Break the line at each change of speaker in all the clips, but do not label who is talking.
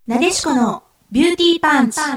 なでしこのビューティーパンチ。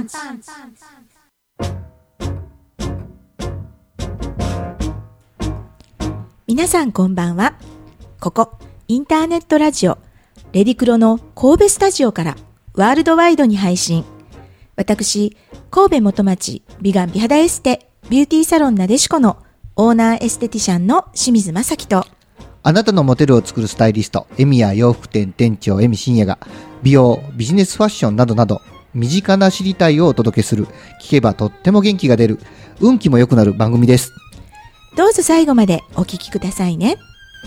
皆さんこんばんは。ここインターネットラジオレディクロの神戸スタジオからワールドワイドに配信。私神戸元町美顔美肌エステビューティーサロンなでしこのオーナーエステティシャンの清水正樹と、
あなたのモデルを作るスタイリストエミや洋服店店長エミ深也が美容、ビジネスファッションなどなど身近な知りたいをお届けする、聞けばとっても元気が出る、運気も良くなる番組です。
どうぞ最後までお聞きくださいね。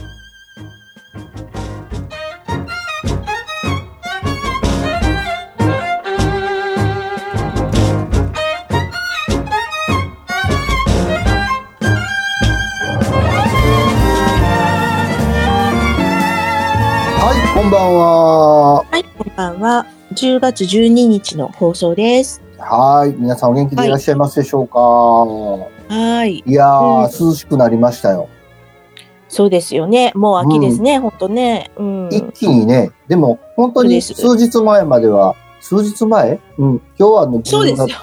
こんばんは。
はい、こんばんは。10月12日の放送です。
はい、皆さんお元気でいらっしゃいますでしょうか。
はい。
いやー、涼しくなりましたよ。
そうですよね。もう秋ですね、本当ね。
一気にね、でも本当に数日前までは、今日は10月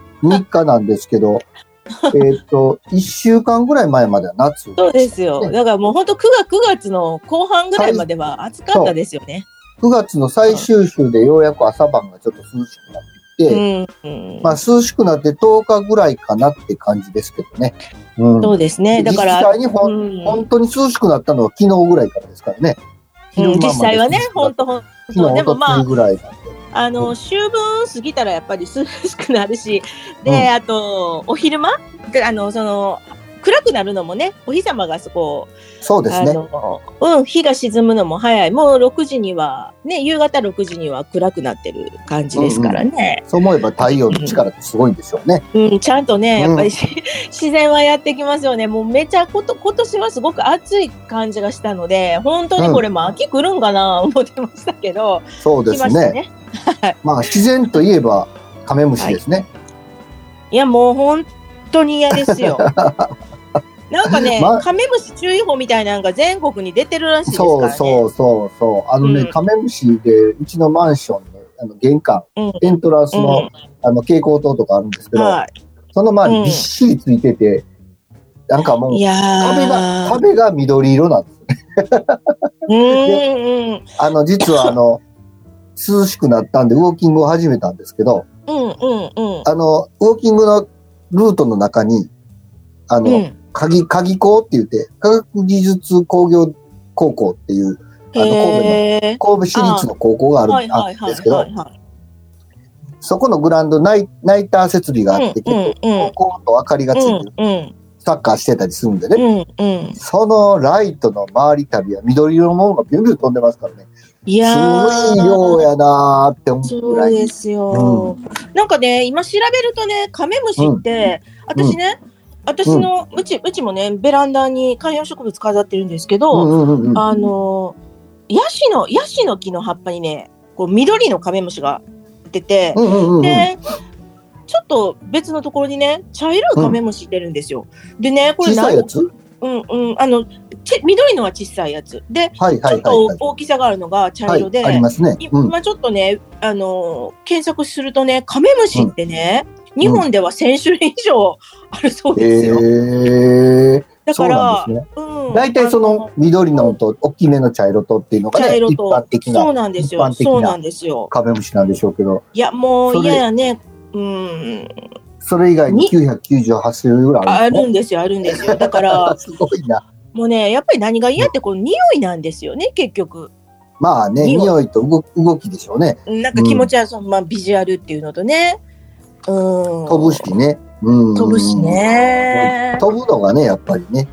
3日なんですけど、1週間ぐらい前までは夏、
そうですよ。だからもう本当9月の後半ぐらいまでは暑かったですよね。
9月の最終週でようやく朝晩がちょっと涼しくなってきて、まあ涼しくなって10日ぐらいかなって感じですけどね。
そうですね。だから
実際に本当に涼しくなったのは昨日ぐらいからですからね。
実際はね、本当
でもまあぐらい
秋分過ぎたらやっぱり涼しくなるし、で、あとお昼間で暗くなるのもね、お日様が
そうですね。
日が沈むのも早い。もう6時にはね、夕方6時には暗くなってる感じですからね。
そう思えば太陽の力ってすごいんでしょうね。
ちゃんとね、やっぱり自然はやってきますよね。もうめちゃ今年はすごく暑い感じがしたので、本当にこれも秋来るんかな思ってましたけど、
そうですね。まあ自然といえばカメムシですね。
いやもう本当に嫌ですよ。なんかね、カメムシ注意報みたいなのが全国に出てるらしいですからね。
そう。カメムシで、うちのマンションの玄関、エントランスの蛍光灯とかあるんですけど、その周りびっしりついてて、なんかもう、壁が緑色なんですね。実は涼しくなったんでウォーキングを始めたんですけど、ウォーキングのルートの中に、鍵工って言って、科学技術工業高校っていう、神戸市立の高校があるんですけど、そこのグラウンドナイター設備があって、高校と明かりがついてる、サッカーしてたりするんでね、そのライトの周り旅は緑色のものがビュンビュン飛んでますからね。
いや
すごい量やなーって思うぐらい。
そうですよ。なんかね、今調べるとね、カメムシって、私のうちもね、ベランダに観葉植物飾ってるんですけど、ヤシの木の葉っぱにね、緑のカメムシが出て、で、ちょっと別のところにね、茶色いカメムシ出るんですよ。でね、これ
小さいやつ？
緑のは小さいやつで、ちょっと大きさがあるのが茶色で、
ありますね。
今ちょっとね、検索するとね、カメムシってね、日本では1000種類以上あるそうですよ。だから
大体その緑のと大きめの茶色とっていうのがね、一般的なカメムシなんでしょうけど、
いやもう嫌やね。
それ以外に998種類ぐらい
あるんですよ。だから
すごいな。
もうね、やっぱり何が嫌ってこの匂いなんですよね、結局。
まあね、匂いと動きでしょうね。
なんか気持ちはビジュアルっていうのとね。
飛ぶしね。
飛ぶしね。
飛ぶのがね、やっぱりね。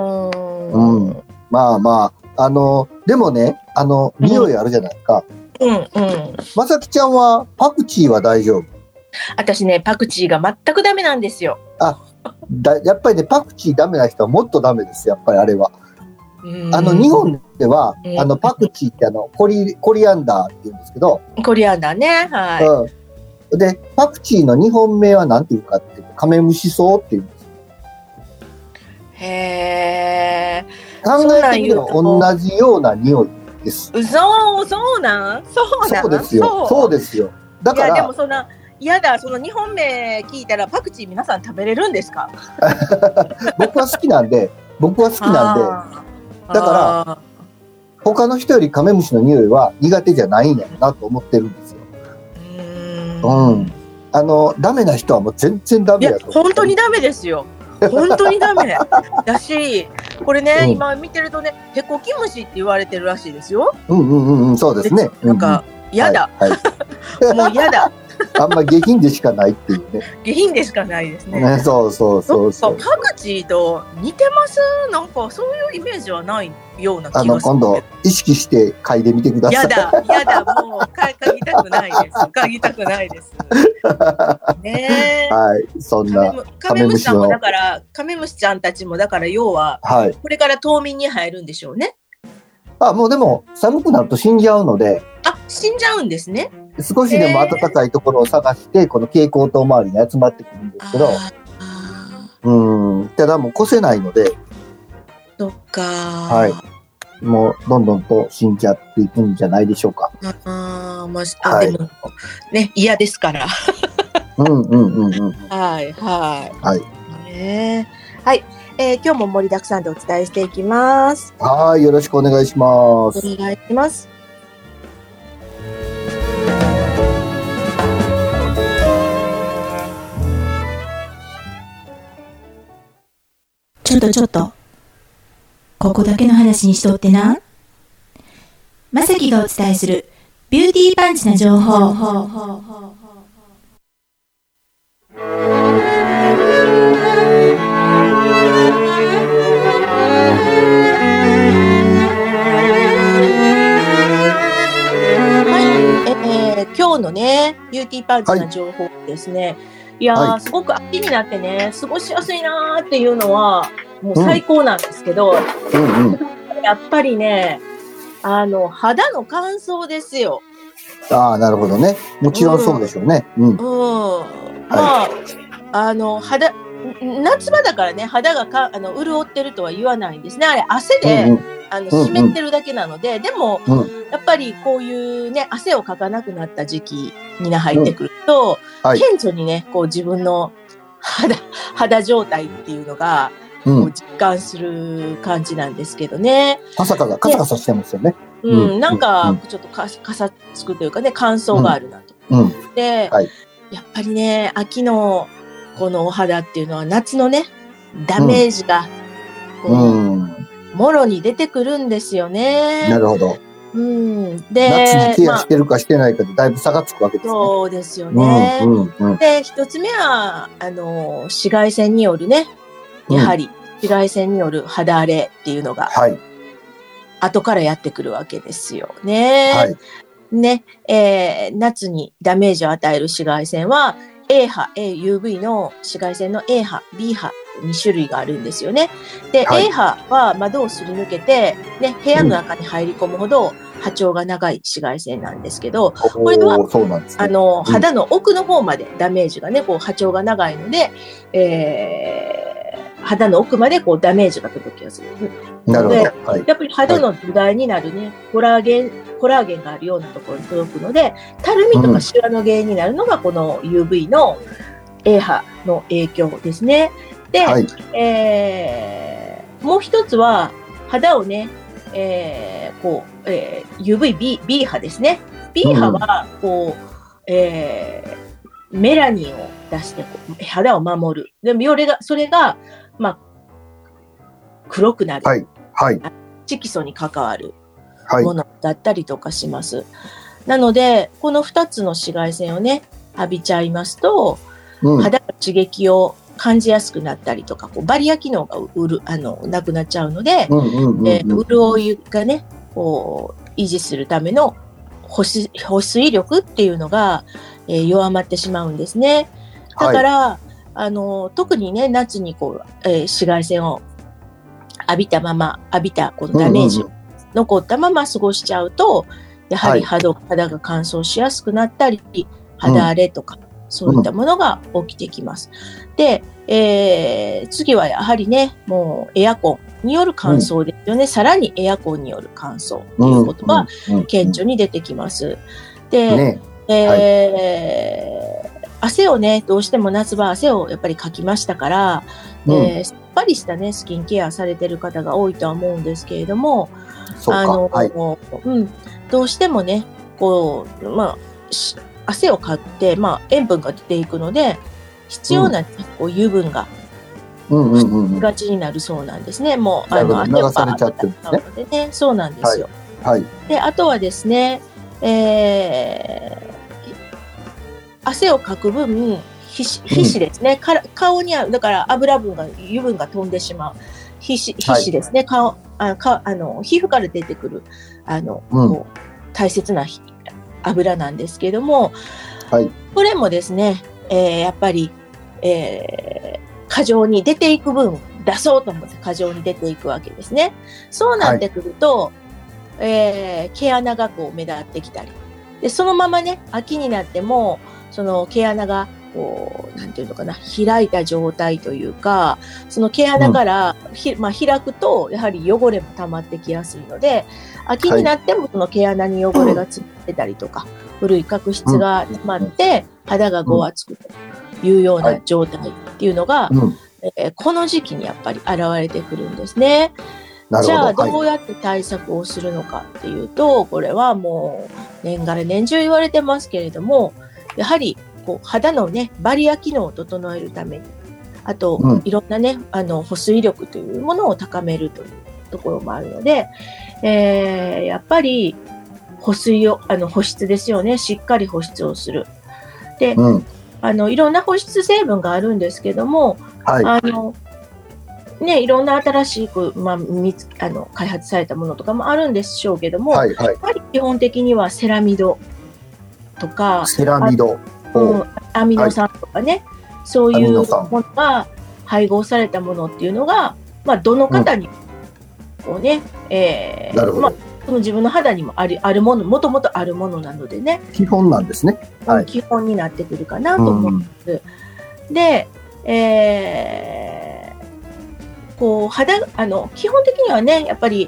まあ、でもね、匂いあるじゃないですか。まさきちゃんはパクチーは大丈夫？
私ね、パクチーが全くダメなんですよ。
やっぱりね、パクチーダメな人はもっとダメです、やっぱりあれは。日本では、パクチーってコリアンダーって言うんですけど。
コリアンダーね、はい。
で、パクチーの日本名は何ていうかっていうと、カメムシソウっていうんです。
へー。
考えてみれば同じような匂いです。
そうなん
そうですよ。そうですよ。 だから。
いや、でもそんな、嫌だ、その2本目聞いたらパクチー皆さん食べれるんですか？
僕は好きなんで、だから、他の人よりカメムシの匂いは苦手じゃないんやろなと思ってるんですよ。ダメな人はもう全然ダメだと思う。
本当にダメですよ。本当にダメだし、これね、今見てるとね、ヘコキムシって言われてるらしいですよ。
そうですね。
なんか、嫌だ。もう嫌だ。
あんま下品でしかないっていうね。
下品でしかないですね。
そう。
パクチーと似てます？なんかそういうイメージはないような気がする。
今度意識して嗅いでみてください。
やだ、もう嗅ぎたくないです。嗅ぎたくないです。ねえ。はい、そんな
カメムシさんも
だからカメムシちゃんたちもだから要は、これから冬眠に入るんでしょうね。
もうでも寒くなると死んじゃうので。
死んじゃうんですね。
少しでも暖かいところを探して、この蛍光灯周りに集まってくるんですけど、ただもう越せないので、
そっか。
はい。もうどんどんと死んじゃっていくんじゃないでしょうか。
でもね、嫌ですから。はい。今日も盛りだくさんでお伝えしていきます。
はい、よろしくお願いします。
お願いします。
ちょっと。ここだけの話にしとってな。まさきがお伝えするビューティーパンチな情報。
今日のね、ビューティーパンチな情報ですね。いやー、すごく秋になってね、過ごしやすいなーっていうのは、もう最高なんですけど、やっぱりね、肌の乾燥ですよ。
なるほどね。もちろんそうでしょうね。
夏場だからね、肌が潤ってるとは言わないんですね。あれ、汗で、湿ってるだけなので、でも、やっぱりこういうね、汗をかかなくなった時期に入ってくると、顕著にね、こう自分の肌状態っていうのが、実感する感じなんですけどね。
カサカサしてますよね。
なんか、ちょっとかさつくというかね、乾燥があるなと。で、やっぱりね、秋のこのお肌っていうのは夏のね、ダメージが、もろに出てくるんですよね。
なるほど。
で、
夏にケアしてるかしてないかでだいぶ差がつくわけですね。
そうですよね。で、一つ目は、紫外線によるね、やはり紫外線による肌荒れっていうのが、後からやってくるわけですよね。夏にダメージを与える紫外線は、A 波、UV の紫外線の A 波、B 波、2種類があるんですよね。で、A 波は窓をすり抜けて、ね、部屋の中に入り込むほど波長が長い紫外線なんですけど、これは、肌の奥の方までダメージがね、こう波長が長いので、肌の奥までこうダメージが届きやすい。
なるほど。
やっぱり肌の土台になるね、コラーゲンがあるようなところに届くので、たるみとかシワの原因になるのがこの UV の A 波の影響ですね。で、もう一つは肌をね、UVB 波ですね。B 波はこう、メラニンを出してこう肌を守る。でもそれが黒くなる。色素に関わるものだったりとかします。なので、この2つの紫外線をね、浴びちゃいますと、肌が刺激を感じやすくなったりとか、こうバリア機能がなくなっちゃうので、潤いがね、こう維持するための保水力っていうのが、弱まってしまうんですね。だから、特にね、夏にこう、紫外線を浴びたこのダメージを残ったまま過ごしちゃうと、やはり肌が乾燥しやすくなったり、肌荒れとか、そういったものが起きてきます。で、次はやはりね、もうエアコンによる乾燥ですよね。さらにエアコンによる乾燥ということが顕著に出てきます。で、 汗をね、どうしても夏場汗をやっぱりかきましたから、さっぱりしたね、スキンケアされてる方が多いとは思うんですけれども、どうしてもね、こう、汗をかって、塩分が出ていくので、必要な、こう油分が、がちになるそうなんですね。もう、
汗を流されちゃってるんです
ね。そうなんですよ。で、あとはですね、汗をかく分、皮脂ですね。顔には、だから油分が、油分が飛んでしまう。皮脂ですね。皮膚から出てくる、こう大切な油なんですけども、これもですね、やっぱり、過剰に出ていく分、出そうと思って過剰に出ていくわけですね。そうなってくると、毛穴がこう目立ってきたり。で、そのままね、秋になっても、その毛穴が、こう、なんていうのかな、開いた状態というか、その毛穴から開くと、やはり汚れも溜まってきやすいので、秋になってもその毛穴に汚れがついてたりとか、古い角質が溜まって、肌がごわつくというような状態っていうのが、この時期にやっぱり現れてくるんですね。じゃあ、どうやって対策をするのかっていうと、これはもう、年がら年中言われてますけれども、やはり、こう、肌のね、バリア機能を整えるために、あと、いろんなね、保水力というものを高めるというところもあるので、やっぱり、保湿ですよね。しっかり保湿をする。で、いろんな保湿成分があるんですけども、いろんな新しく、開発されたものとかもあるんでしょうけども、やっぱり基本的にはセラミドとか、アミノ酸とかね、そういうものが配合されたものっていうのが、どの方にこうね、その自分の肌にもあるもの、もともとあるものなのでね。
基本なんですね。
基本になってくるかなと思います。で、こう基本的にはね、やっぱり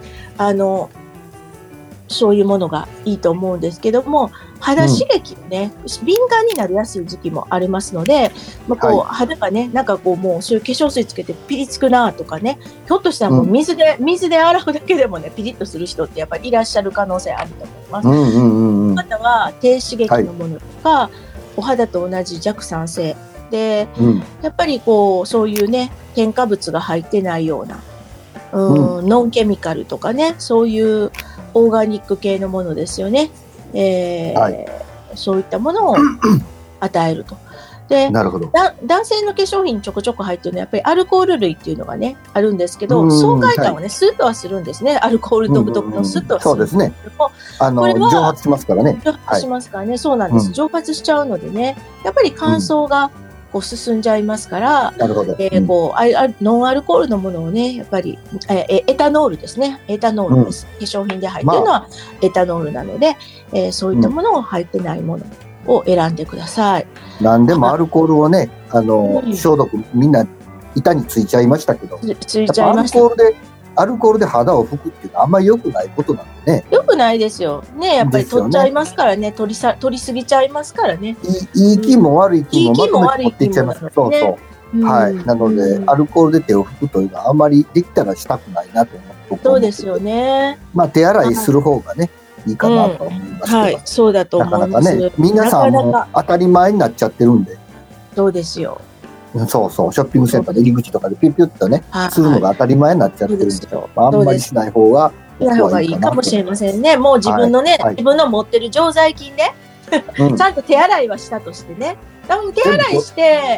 そういうものがいいと思うんですけども、肌刺激をね、敏感になりやすい時期もありますので、肌がね、なんかこうもうそういう化粧水つけてピリつくなとかね、ひょっとしたらもう水で洗うだけでもね、ピリッとする人ってやっぱりいらっしゃる可能性あると思います。または低刺激のものとか、お肌と同じ弱酸性で、やっぱりこうそういうね、添加物が入ってないような、ノンケミカルとかね、そういうオーガニック系のものですよね。そういったものを与えると。で、男性の化粧品にちょこちょこ入ってるのはやっぱりアルコール類っていうのがね、あるんですけど、爽快感はね、スッとはするんですね。アルコール独特のスッとはするんですけども、
そうですね。蒸発しますからね。
蒸発しますからね。そうなんです。蒸発しちゃうのでね、やっぱり乾燥がこう進んじゃいますから、ノンアルコールのものをね、やっぱり、エタノールですね。エタノールです。化粧品で入ってるのはエタノールなので、そういったものを入ってないものを選んでください。
何でもアルコールをね、消毒みんな板についちゃいましたけど、
ついちゃいました。
アルコールで肌を拭くっていうのはあんまり良くないことなんでね。
良くないですよ。ね、やっぱり取っちゃいますからね。取りすぎちゃいますからね。
いい気も悪い気もまとめて持っていっちゃいます。そうそう。なので、アルコールで手を拭くというのはあんまりできたらしたくないなと思って。
そうですよね。
手洗いする方がね、いいかなと思いますけど。
そうだと思います。
なかなかね、皆さんも当たり前になっちゃってるんで。
そうですよ。
そうそう、ショッピングセンターの入り口とかでピュッピュッとね、するのが当たり前になっちゃってるんで、あんまりしない方が
いいかもしれませんね。もう自分のね、自分の持ってる常在菌ね、ちゃんと手洗いはしたとしてね、手洗いして、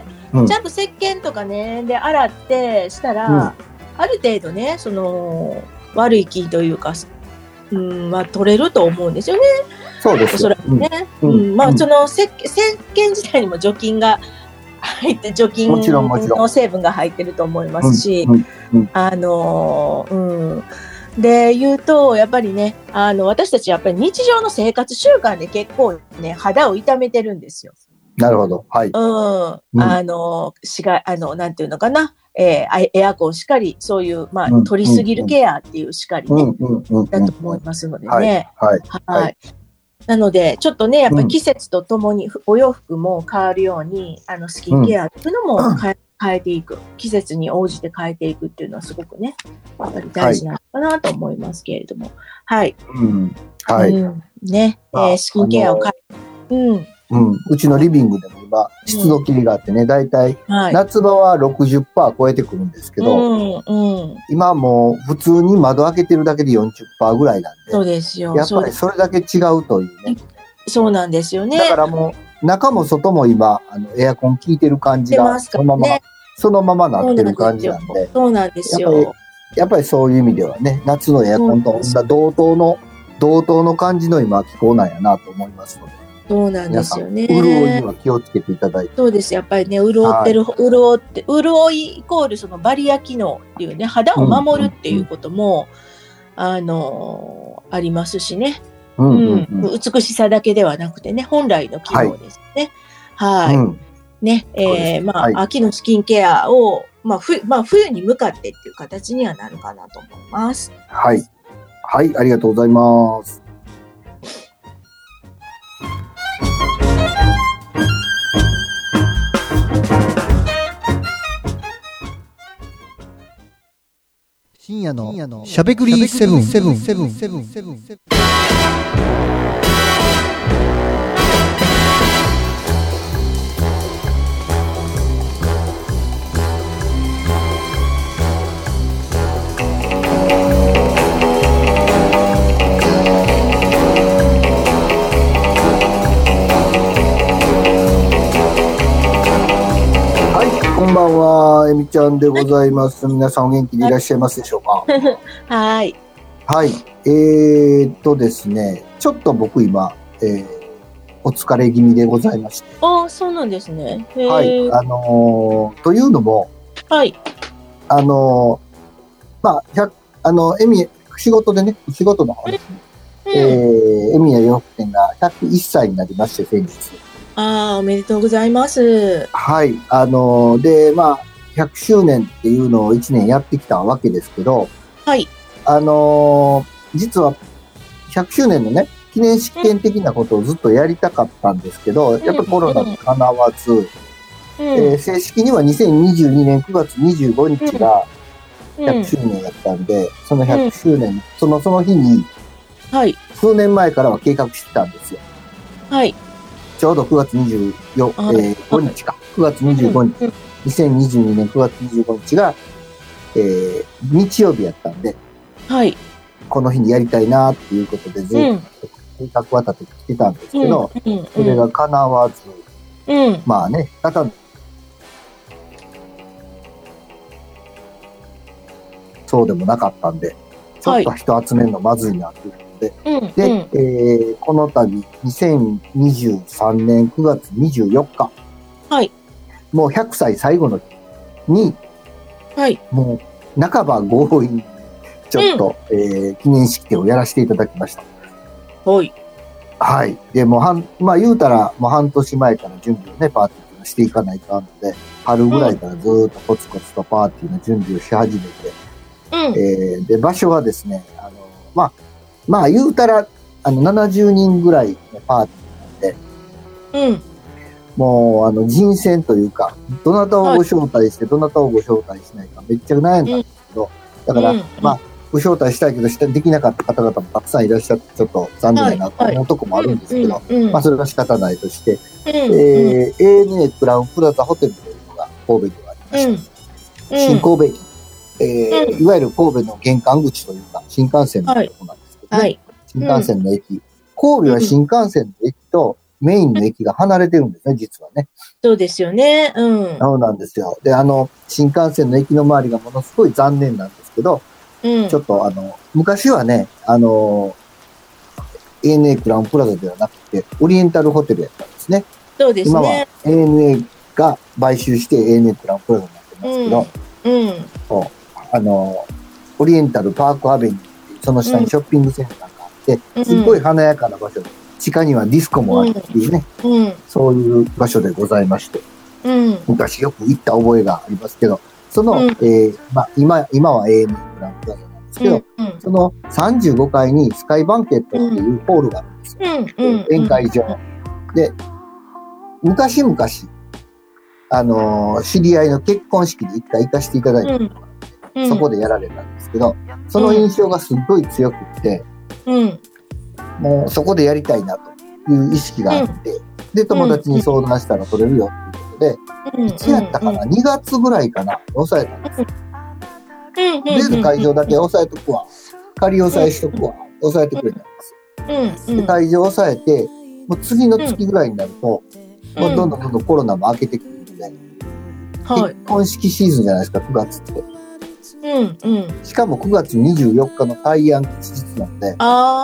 ちゃんと石鹸とかね、で洗ってしたら、ある程度ね、その悪い菌というか、取れると思うんですよね。
そうです。
おそらくね。その石鹸自体にも除菌が入って、除菌の成分が入ってると思いますし、で言うと、やっぱりね、私たちやっぱり日常の生活習慣で結構ね、肌を痛めてるんですよ。
なるほど。はい。
なんていうのかな、エアコンしかり、そういう、取りすぎるケアっていうしかりね、だと思いますのでね。 なので、ちょっとね、やっぱり季節とともにお洋服も変わるように、スキンケアっていうのも変えていく。季節に応じて変えていくっていうのはすごくね、やっぱり大事なのかなと思いますけれども。はい。
はい。
ね、スキンケアを
うちのリビングでも今、湿度計があってね、だいたい夏場は 60% 超えてくるんですけど、今もう普通に窓開けてるだけで 40% ぐらいなんで、
そうですよ。
やっぱりそれだけ違うというね。
そうなんですよね。
だからもう、中も外も今、エアコン効いてる感じが、そのままなってる感じなんで。
そうなんですよ。
やっぱりそういう意味ではね、夏のエアコンと同等の感じの今気候なんやなと思いますので。
そうなんですよね。
潤いには気をつけていただいて。
そうです。やっぱりね、潤いイコールそのバリア機能っていうね、肌を守るっていうことも、ありますしね。美しさだけではなくてね、本来の機能ですね。はい。ね、秋のスキンケアを、冬に向かってっていう形にはなるかなと思います。
はい。はい、ありがとうございます。
深夜のしゃべくりセブン。
こんばんは、えみちゃんでございます。皆さんお元気でいらっしゃいますでしょうか。
はい。
はい。ですね、ちょっと僕今、お疲れ気味でございまして。
ああ、そうなんですね。
はい。というのも、
はい。
仕事の方ですね。エミヤ洋服店が101歳になりまして、先日。
おめでとうございます。
はい。で、100周年っていうのを1年やってきたわけですけど、
はい。
実は100周年のね、記念式典的なことをずっとやりたかったんですけど、やっぱりコロナで叶わず、正式には2022年9月25日が100周年だったんで、その100周年、その日に、
はい。
数年前からは計画してたんですよ。
はい。
ちょうど9月25日か。9月25日。2022年9月25日が、日曜日やったんで、
はい。
この日にやりたいなっていうことでずっと計画は立ててきてたんですけど、それが叶わず、まあね、そうでもなかったんで、ちょっと人集めるのまずいなっていうことで、で、この度、2023年9月24日、
はい。
もう100歳最後の日に、
はい。
もう半ば強引にちょっと、記念式典をやらせていただきました。
はい。
はい。で、もう言うたら、もう半年前から準備をね、パーティーをしていかないかんので、春ぐらいからずーっとコツコツとパーティーの準備をし始めて、で、場所はですね、言うたら、70人ぐらいのパーティーなんで、もう、人選というか、どなたをご招待して、どなたをご招待しないか、めっちゃ悩んだんですけど、だから、ご招待したいけど、できなかった方々もたくさんいらっしゃって、ちょっと残念なと思うとこもあるんですけど、それは仕方ないとして、ANA クラウンプラザホテルというのが神戸にはありました。新神戸駅。いわゆる神戸の玄関口というか、新幹線のとこなんですけどね。新幹線の駅。神戸は新幹線の駅とメインの駅が離れてるんですね、実はね。
そうですよね。
そうなんですよ。で、新幹線の駅の周りがものすごい残念なんですけど、ちょっと昔はね、ANA クラウンプラザではなくて、オリエンタルホテルやったんですね。
そうですね。
今は ANA が買収して ANA クラウンプラザになってますけど、オリエンタルパークアベニューっていう、その下にショッピングセンターがあって、すごい華やかな場所で、地下にはディスコもあるっていうね、そういう場所でございまして、昔よく行った覚えがありますけど、その、今は ANA クラウンプラザなんですけど、その35階にスカイバンケットっていうホールがあるんでですよ。宴会場。で、昔々、知り合いの結婚式で一回行かせていただいたのが、そこでやられたんですけど、その印象がすっごい強くって、もうそこでやりたいなという意識があって、で、友達に相談したら取れるよっていうことで、いつやったかな、2月ぐらいかな、抑えたんですよ。とりあえず会場だけ抑えとくわ。仮押さえしとくわ。抑えてくれたんですよ。で、会場抑えて、もう次の月ぐらいになると、もうどんどんコロナも明けてくるので、結婚式シーズンじゃないですか、9月って。しかも9月24日の大安吉日なんで、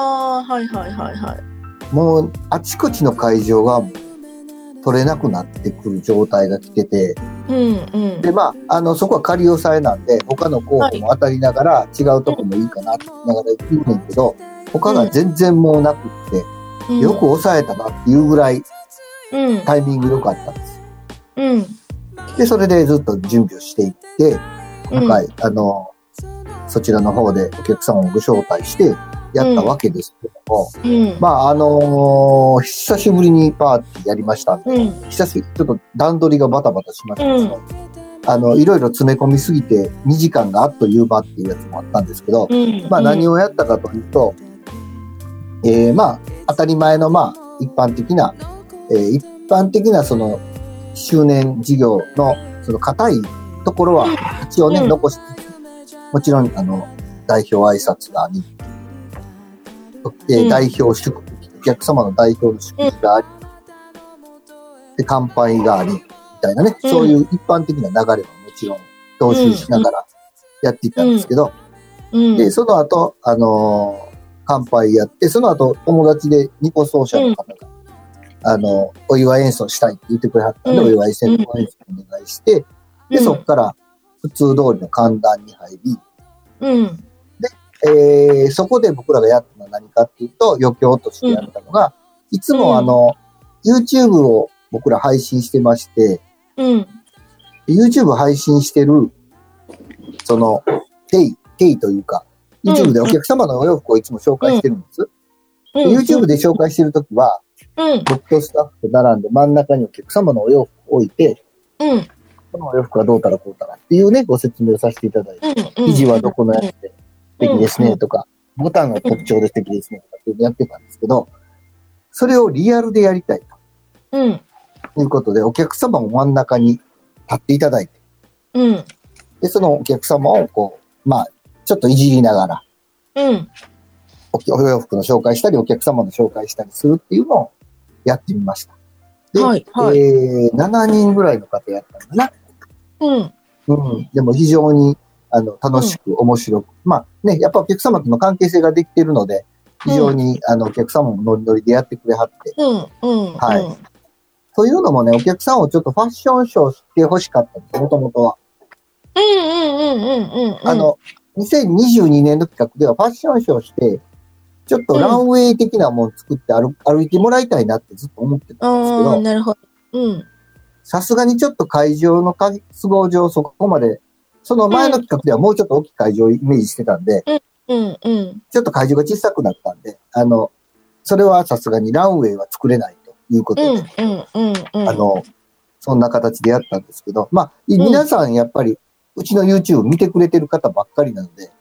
もうあちこちの会場が取れなくなってくる状態が来てて、で、そこは仮押さえなんで、他の候補も当たりながら、違うとこもいいかなって言いながら言うねんけど、他が全然もうなくって、よく抑えたなっていうぐらい、タイミング良かったんです。で、それでずっと準備をしていって、今回、そちらの方でお客さんをご招待してやったわけですけども、久しぶりにパーティーやりましたんで、ちょっと段取りがバタバタしましたけど、いろいろ詰め込みすぎて2時間があっという間っていうやつもあったんですけど、何をやったかというと、当たり前の一般的なその周年事業のその固いところは一応ね、残しつつ、もちろん代表挨拶があり、代表祝福、お客様の代表の祝福があり、で乾杯がありみたいなね、そういう一般的な流れはもちろん踏襲しながらやっていったんですけど、でその後乾杯やって、その後友達でニコ奏者の方がお祝い演奏したいって言ってくれはったんで、お祝い演奏お願いして、でそこから普通通りの歓談に入り、で、そこで僕らがやったのは何かっていうと、余興としてやったのが、いつもYouTube を僕ら配信してまして、YouTube 配信してる、その、定位というか、YouTube でお客様のお洋服をいつも紹介してるんです。YouTube で紹介してるときは、僕とスタッフと並んで真ん中にお客様のお洋服を置いて、このお洋服はどうたらこうたらっていうね、ご説明をさせていただいて、生地はどこのやつで素敵ですねとか、ボタンが特徴で素敵ですねとかっていうのやってたんですけど、それをリアルでやりたいと。いうことで、お客様を真ん中に立っていただいて、で、そのお客様をちょっといじりながら、お洋服の紹介したり、お客様の紹介したりするっていうのをやってみました。で、7人ぐらいの方やったのかな。でも非常に楽しく面白く、やっぱお客様との関係性ができているので、非常にお客様もノリノリでやってくれはって、というのもね、お客さんをちょっとファッションショーしてほしかったんです、もともとは。2022年の企画ではファッションショーして、ちょっとランウェイ的なものを作って歩いてもらいたいなってずっと思ってたんですけど、
なるほど。
さすがにちょっと会場の都合上そこまで、その前の企画ではもうちょっと大きい会場をイメージしてたんで、ちょっと会場が小さくなったんで、それはさすがにランウェイは作れないということで、そんな形でやったんですけど、皆さんやっぱり、うちの YouTube 見てくれてる方ばっかりなので、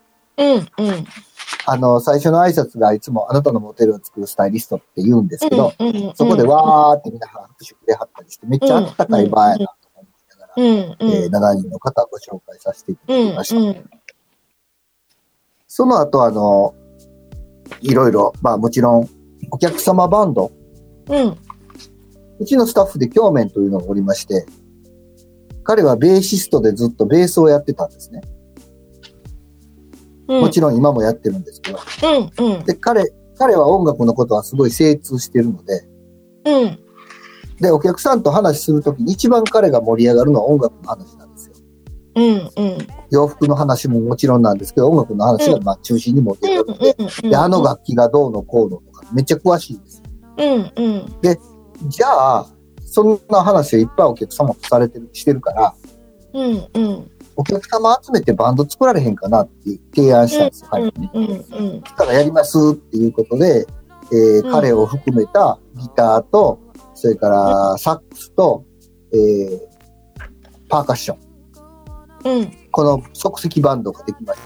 最初の挨拶がいつもあなたのモデルを作るスタイリストって言うんですけど、そこでわーってみんな拍手くれはったりして、めっちゃあったかい場合やなと思いながら、7人の方をご紹介させていただきました。その後、いろいろ、もちろん、お客様バンド、うちのスタッフで京面というのがおりまして、彼はベーシストでずっとベースをやってたんですね。もちろん今もやってるんですけど。で、彼は音楽のことはすごい精通してるので、で、お客さんと話するときに一番彼が盛り上がるのは音楽の話なんですよ。洋服の話ももちろんなんですけど、音楽の話が中心に盛り上がるので、で、楽器がどうのこうのとかめっちゃ詳しいんですよ。で、じゃあ、そんな話をいっぱいお客様としてるから、お客様集めてバンド作られへんかなっていう提案したんですよ。そしたらやりますっていうことで、 彼を含めたギターと、それからサックスと、パーカッション。この即席バンドができました。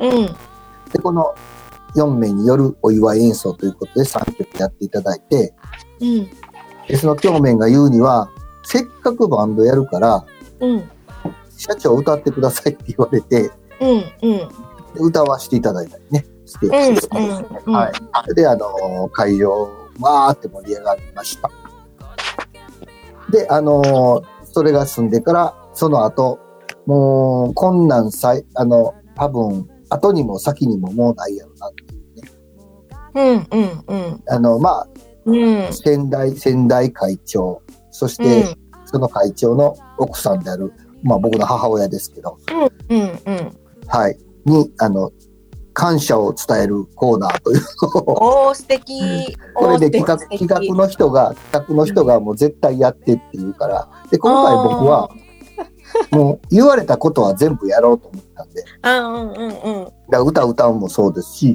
で、この4名によるお祝い演奏ということで3曲やっていただいて、でその京面が言うには、せっかくバンドやるから、社長歌ってくださいって言われて、歌わせていただいたりね、してですね。で、会場、わーって盛り上がりました。で、それが済んでから、その後、もう、困難多分、後にも先にももうないやろなっていうね。先代会長、そして、その会長の奥さんである、僕の母親ですけど、はい、に、感謝を伝えるコーナーというのを。
素敵。
これで企画の人がもう絶対やってって言うから、で、今回僕は、もう言われたことは全部やろうと思ったんで。だから歌うもそうですし、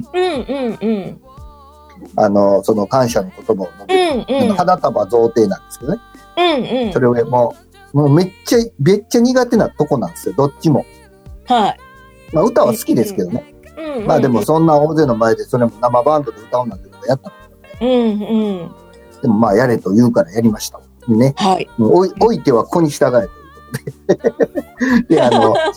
その感謝の言葉を述べる。花束贈呈なんですけどね。それをもうめっちゃ苦手なとこなんですよ、どっちも。歌は好きですけどね。でもそんな大勢の前でそれも生バンドで歌うなんてことやったことね。でもやれと言うからやりました。ね。もう置いては子に従えということで。で、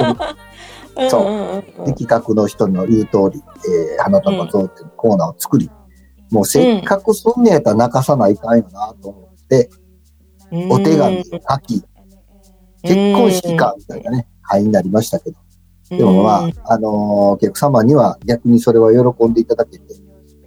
企画の人の言う通り、花束贈呈のコーナーを作り、もうせっかくそんねやったら泣かさないかんよなと思って、お手紙を書き、結婚式かみたいなね、会になりましたけど。でもお客様には逆にそれは喜んでいただけて、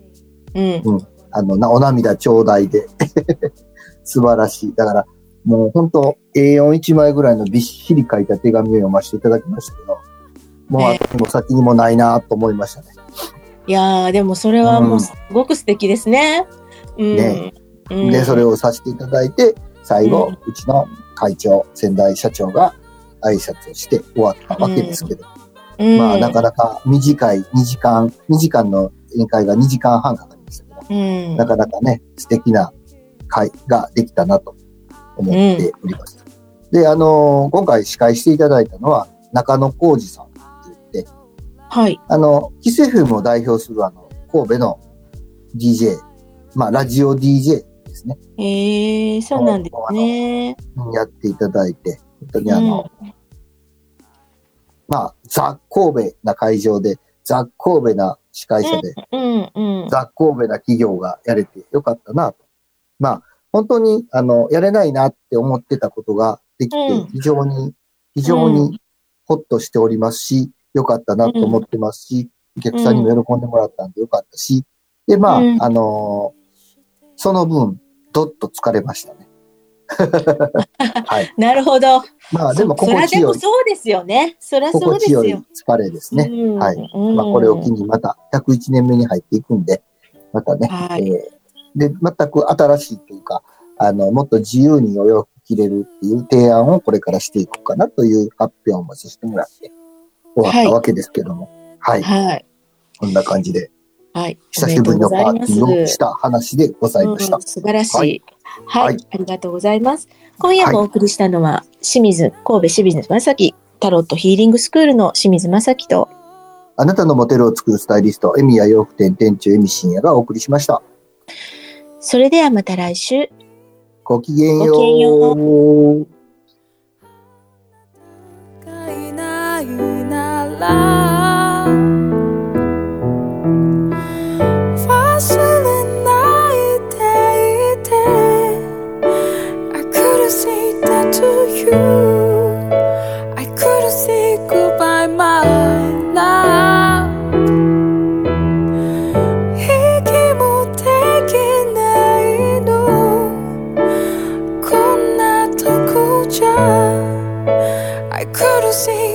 お涙ちょうだいで、素晴らしい。だから、もう本当 A41 枚ぐらいのびっしり書いた手紙を読ませていただきましたけど、もう後にも先にもないなと思いましたね。
いやー、でもそれはもうすごく素敵ですね。
で、それをさせていただいて、最後、うちの会長、先代社長が挨拶をして終わったわけですけど、なかなか短い2時間の宴会が2時間半かかりましたけど、なかなかね、素敵な会ができたなと思っております。で、今回司会していただいたのは中野浩二さんって言って、キス FM を代表する神戸の DJ、ラジオ DJ ですね。
そうなんですね。
やっていただいて、本当にザ・神戸な会場で、ザ・神戸な司会者で、ザ・神戸な企業がやれてよかったなと。本当に、やれないなって思ってたことができて、非常にほっとしておりますし、よかったなと思ってますし、お客さんにも喜んでもらったんでよかったし、で、その分、どっと疲れましたね。
はい。なるほど。
でも心地よい。
それでもそうですよね。そりゃそうですよ。
心地よい疲れですね。はい。これを機にまた101年目に入っていくんで、またね、で、全く新しいというか、もっと自由にお洋服着れるっていう提案をこれからしていこうかなという発表もさせてもらって終わったわけですけども。はい。こんな感じで。久しぶりのパーティーをした話でございました。
素晴らしい。はい。ありがとうございます。今夜もお送りしたのは、神戸清水正樹タロットヒーリングスクールの清水正樹と、
あなたのモデルを作るスタイリスト、エミヤ洋服店店長エミシンヤがお送りしました。
それではまた来週。
ごきげんよう。
I couldn't say goodbye now 息もできないのこんなとこじゃ I couldn't say